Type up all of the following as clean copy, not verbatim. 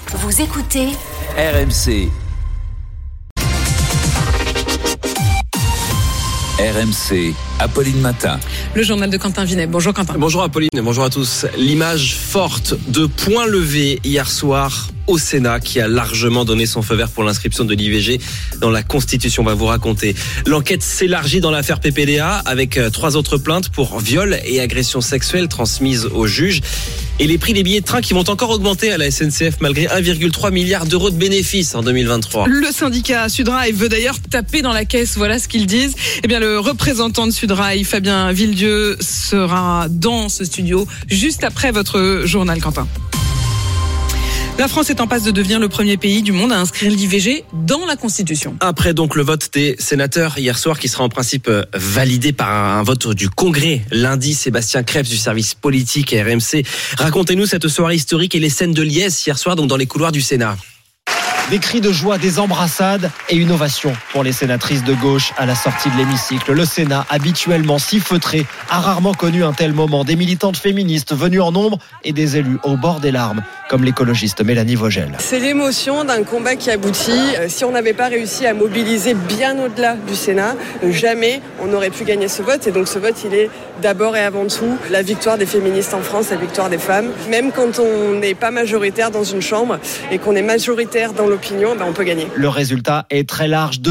Vous écoutez RMC. RMC, Apolline Matin. Le journal de Quentin Vinet. Bonjour Quentin. Bonjour Apolline, bonjour à tous. L'image forte de point levé hier soir au Sénat qui a largement donné son feu vert pour l'inscription de l'IVG dans la Constitution. On va vous raconter. L'enquête s'élargit dans l'affaire PPDA avec 3 autres plaintes pour viol et agression sexuelle transmises au juge. Et les prix des billets de train qui vont encore augmenter à la SNCF malgré 1,3 milliard d'euros de bénéfices en 2023. Le syndicat Sudrail veut d'ailleurs taper dans la caisse. Voilà ce qu'ils disent. Eh bien, le représentant de Sudrail, Fabien Villedieu, sera dans ce studio juste après votre journal, Quentin. La France est en passe de devenir le premier pays du monde à inscrire l'IVG dans la Constitution. Après donc le vote des sénateurs hier soir qui sera en principe validé par un vote du Congrès lundi, Sébastien Krebs du service politique à RMC. Racontez-nous cette soirée historique et les scènes de liesse hier soir donc dans les couloirs du Sénat. Des cris de joie, des embrassades et une ovation pour les sénatrices de gauche à la sortie de l'hémicycle. Le Sénat, habituellement si feutré, a rarement connu un tel moment. Des militantes féministes venues en nombre et des élus au bord des larmes, comme l'écologiste Mélanie Vogel. C'est l'émotion d'un combat qui aboutit. Si on n'avait pas réussi à mobiliser bien au-delà du Sénat, jamais on n'aurait pu gagner ce vote. Et donc ce vote, il est d'abord et avant tout la victoire des féministes en France, la victoire des femmes. Même quand on n'est pas majoritaire dans une chambre et qu'on est majoritaire dans l'opinion, on peut gagner. Le résultat est très large,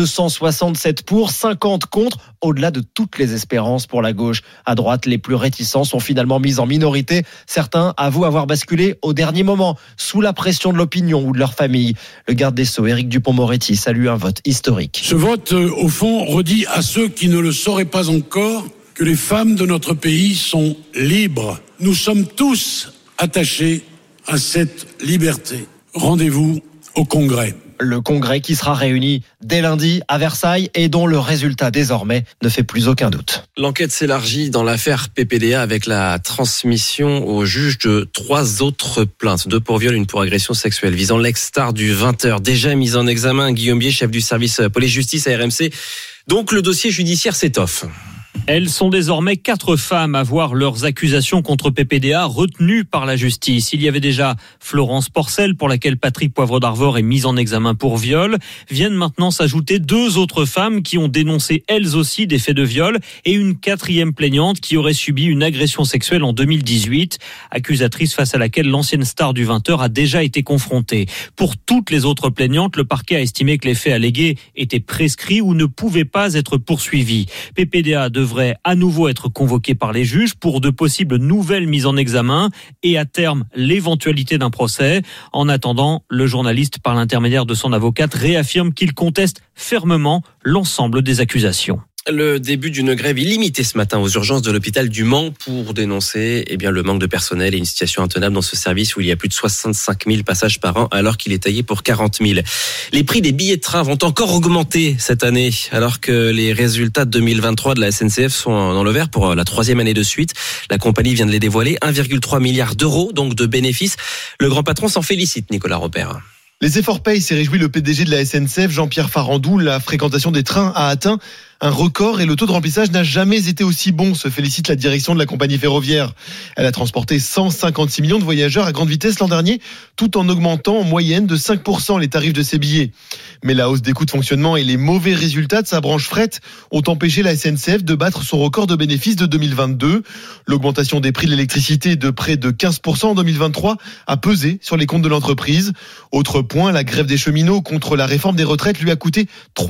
267 pour, 50 contre, au-delà de toutes les espérances pour la gauche. À droite, les plus réticents sont finalement mis en minorité. Certains avouent avoir basculé au dernier moment, sous la pression de l'opinion ou de leur famille. Le garde des Sceaux, Éric Dupond-Moretti, salue un vote historique. Ce vote, au fond, redit à ceux qui ne le sauraient pas encore que les femmes de notre pays sont libres. Nous sommes tous attachés à cette liberté. Rendez-vous au Congrès. Le Congrès qui sera réuni dès lundi à Versailles et dont le résultat désormais ne fait plus aucun doute. L'enquête s'élargit dans l'affaire PPDA avec la transmission au juge de 3 autres plaintes. 2 pour viol, 1 pour agression sexuelle visant l'ex-star du 20h. Déjà mise en examen, Guillaume Bier, chef du service police-justice à RMC. Donc le dossier judiciaire s'étoffe. Elles sont désormais 4 femmes à voir leurs accusations contre PPDA retenues par la justice. Il y avait déjà Florence Porcel, pour laquelle Patrick Poivre d'Arvor est mise en examen pour viol. Viennent maintenant s'ajouter 2 autres femmes qui ont dénoncé elles aussi des faits de viol et une 4e plaignante qui aurait subi une agression sexuelle en 2018. Accusatrice face à laquelle l'ancienne star du 20h a déjà été confrontée. Pour toutes les autres plaignantes, le parquet a estimé que les faits allégués étaient prescrits ou ne pouvaient pas être poursuivis. PPDA devrait à nouveau être convoqué par les juges pour de possibles nouvelles mises en examen et à terme l'éventualité d'un procès. En attendant, le journaliste, par l'intermédiaire de son avocate, réaffirme qu'il conteste fermement l'ensemble des accusations. Le début d'une grève illimitée ce matin aux urgences de l'hôpital du Mans pour dénoncer le manque de personnel et une situation intenable dans ce service où il y a plus de 65 000 passages par an alors qu'il est taillé pour 40 000. Les prix des billets de train vont encore augmenter cette année alors que les résultats de 2023 de la SNCF sont dans le vert pour la 3e année de suite. La compagnie vient de les dévoiler, 1,3 milliard d'euros donc de bénéfices. Le grand patron s'en félicite, Nicolas Robert. Les efforts payent, s'est réjoui le PDG de la SNCF, Jean-Pierre Farandou. La fréquentation des trains a atteint un record et le taux de remplissage n'a jamais été aussi bon, se félicite la direction de la compagnie ferroviaire. Elle a transporté 156 millions de voyageurs à grande vitesse l'an dernier, tout en augmentant en moyenne de 5% les tarifs de ses billets. Mais la hausse des coûts de fonctionnement et les mauvais résultats de sa branche fret ont empêché la SNCF de battre son record de bénéfices de 2022. L'augmentation des prix de l'électricité de près de 15% en 2023 a pesé sur les comptes de l'entreprise. Autre point, la grève des cheminots contre la réforme des retraites lui a coûté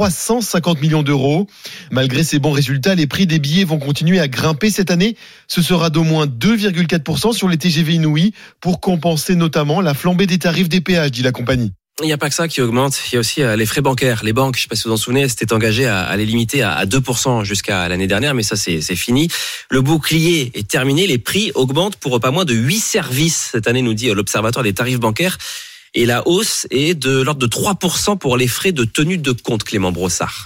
350 millions d'euros. Malgré ces bons résultats, les prix des billets vont continuer à grimper cette année. Ce sera d'au moins 2,4% sur les TGV Inouï pour compenser notamment la flambée des tarifs des péages, dit la compagnie. Il n'y a pas que ça qui augmente, il y a aussi les frais bancaires. Les banques, je ne sais pas si vous en souvenez, s'étaient engagées à les limiter à 2% jusqu'à l'année dernière, mais ça c'est fini. Le bouclier est terminé, les prix augmentent pour pas moins de 8 services. Cette année, nous dit l'Observatoire des tarifs bancaires. Et la hausse est de l'ordre de 3% pour les frais de tenue de compte, Clément Brossard.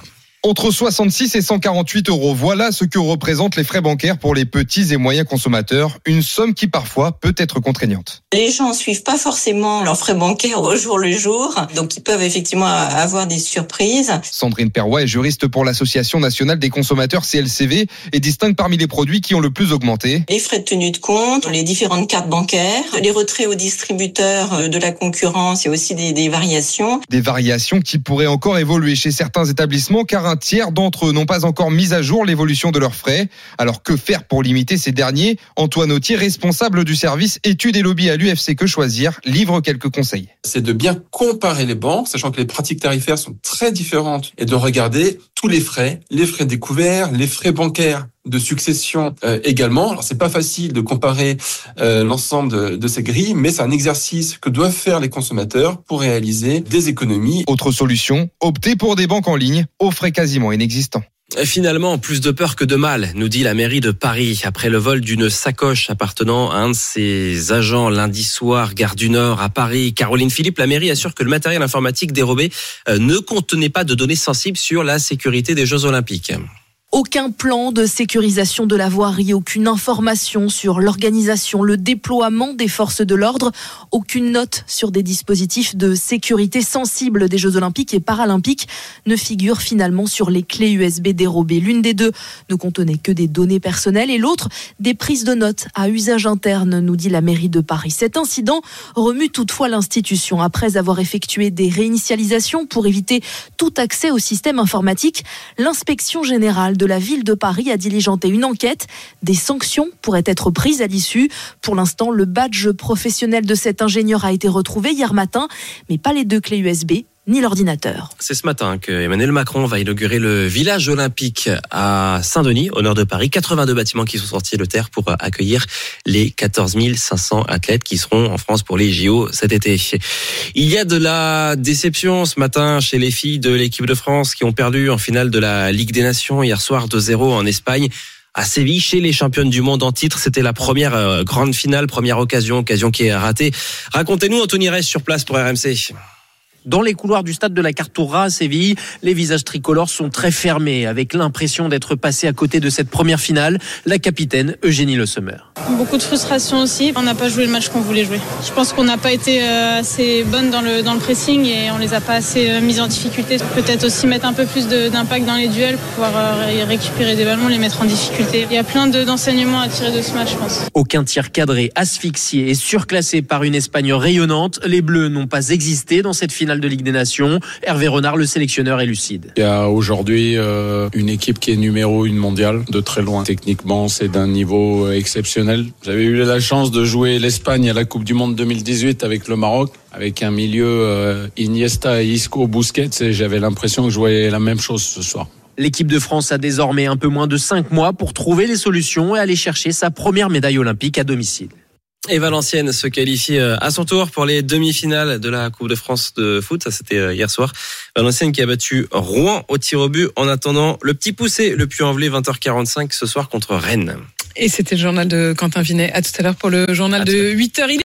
Entre 66 et 148 euros, voilà ce que représentent les frais bancaires pour les petits et moyens consommateurs. Une somme qui parfois peut être contraignante. Les gens ne suivent pas forcément leurs frais bancaires au jour le jour, donc ils peuvent effectivement avoir des surprises. Sandrine Perrois est juriste pour l'Association nationale des consommateurs CLCV et distingue parmi les produits qui ont le plus augmenté Les frais de tenue de compte, les différentes cartes bancaires, les retraits aux distributeurs de la concurrence et aussi des variations. Des variations qui pourraient encore évoluer chez certains établissements car un tiers d'entre eux n'ont pas encore mis à jour l'évolution de leurs frais. Alors que faire pour limiter ces derniers ? Antoine Autier, responsable du service études et lobby à l'UFC Que Choisir, livre quelques conseils. C'est de bien comparer les banques, sachant que les pratiques tarifaires sont très différentes, et de regarder tous les frais découverts, les frais bancaires de succession également. Alors c'est pas facile de comparer l'ensemble de ces grilles, mais c'est un exercice que doivent faire les consommateurs pour réaliser des économies. Autre solution, opter pour des banques en ligne aux frais quasiment inexistants. Finalement, plus de peur que de mal, nous dit la mairie de Paris, après le vol d'une sacoche appartenant à un de ses agents lundi soir, gare du Nord à Paris. Caroline Philippe, la mairie assure que le matériel informatique dérobé ne contenait pas de données sensibles sur la sécurité des Jeux Olympiques. Aucun plan de sécurisation de la voirie, aucune information sur l'organisation, le déploiement des forces de l'ordre, aucune note sur des dispositifs de sécurité sensibles des Jeux Olympiques et Paralympiques ne figure finalement sur les clés USB dérobées. L'une des deux ne contenait que des données personnelles et l'autre des prises de notes à usage interne, nous dit la mairie de Paris. Cet incident remue toutefois l'institution. Après avoir effectué des réinitialisations pour éviter tout accès au système informatique, l'inspection générale de la ville de Paris a diligenté une enquête. Des sanctions pourraient être prises à l'issue. Pour l'instant, le badge professionnel de cet ingénieur a été retrouvé hier matin, mais pas les deux clés USB ni l'ordinateur. C'est ce matin que Emmanuel Macron va inaugurer le village olympique à Saint-Denis, au nord de Paris. 82 bâtiments qui sont sortis de terre pour accueillir les 14 500 athlètes qui seront en France pour les JO cet été. Il y a de la déception ce matin chez les filles de l'équipe de France qui ont perdu en finale de la Ligue des Nations hier soir 2-0 en Espagne. À Séville, chez les championnes du monde en titre, c'était la première grande finale, première occasion qui est ratée. Racontez-nous, Anthony Reyes sur place pour RMC. Dans les couloirs du stade de la Cartoura à Séville, les visages tricolores sont très fermés, avec l'impression d'être passés à côté de cette première finale. La capitaine Eugénie Le Sommer. Beaucoup de frustration aussi. On n'a pas joué le match qu'on voulait jouer. Je pense qu'on n'a pas été assez bonnes dans le pressing et on les a pas assez mises en difficulté. Peut-être aussi mettre un peu plus d'impact dans les duels pour pouvoir récupérer des ballons, les mettre en difficulté. Il y a plein d'enseignements à tirer de ce match, je pense. Aucun tir cadré, asphyxié et surclassé par une Espagne rayonnante. Les Bleus n'ont pas existé dans cette finale de Ligue des Nations. Hervé Renard, le sélectionneur, est lucide. Il y a aujourd'hui une équipe qui est numéro 1 mondiale, de très loin. Techniquement, c'est d'un niveau exceptionnel. J'avais eu la chance de jouer l'Espagne à la Coupe du Monde 2018 avec le Maroc, avec un milieu Iniesta, Isco, Busquets, et j'avais l'impression que je voyais la même chose ce soir. L'équipe de France a désormais un peu moins de 5 mois pour trouver les solutions et aller chercher sa première médaille olympique à domicile. Et Valenciennes se qualifie à son tour pour les demi-finales de la Coupe de France de foot. Ça, c'était hier soir. Valenciennes qui a battu Rouen au tir au but en attendant le petit poussé, le Puy-en-Velay, 20h45 ce soir contre Rennes. Et c'était le journal de Quentin Vinet. À tout à l'heure pour le journal de 8h.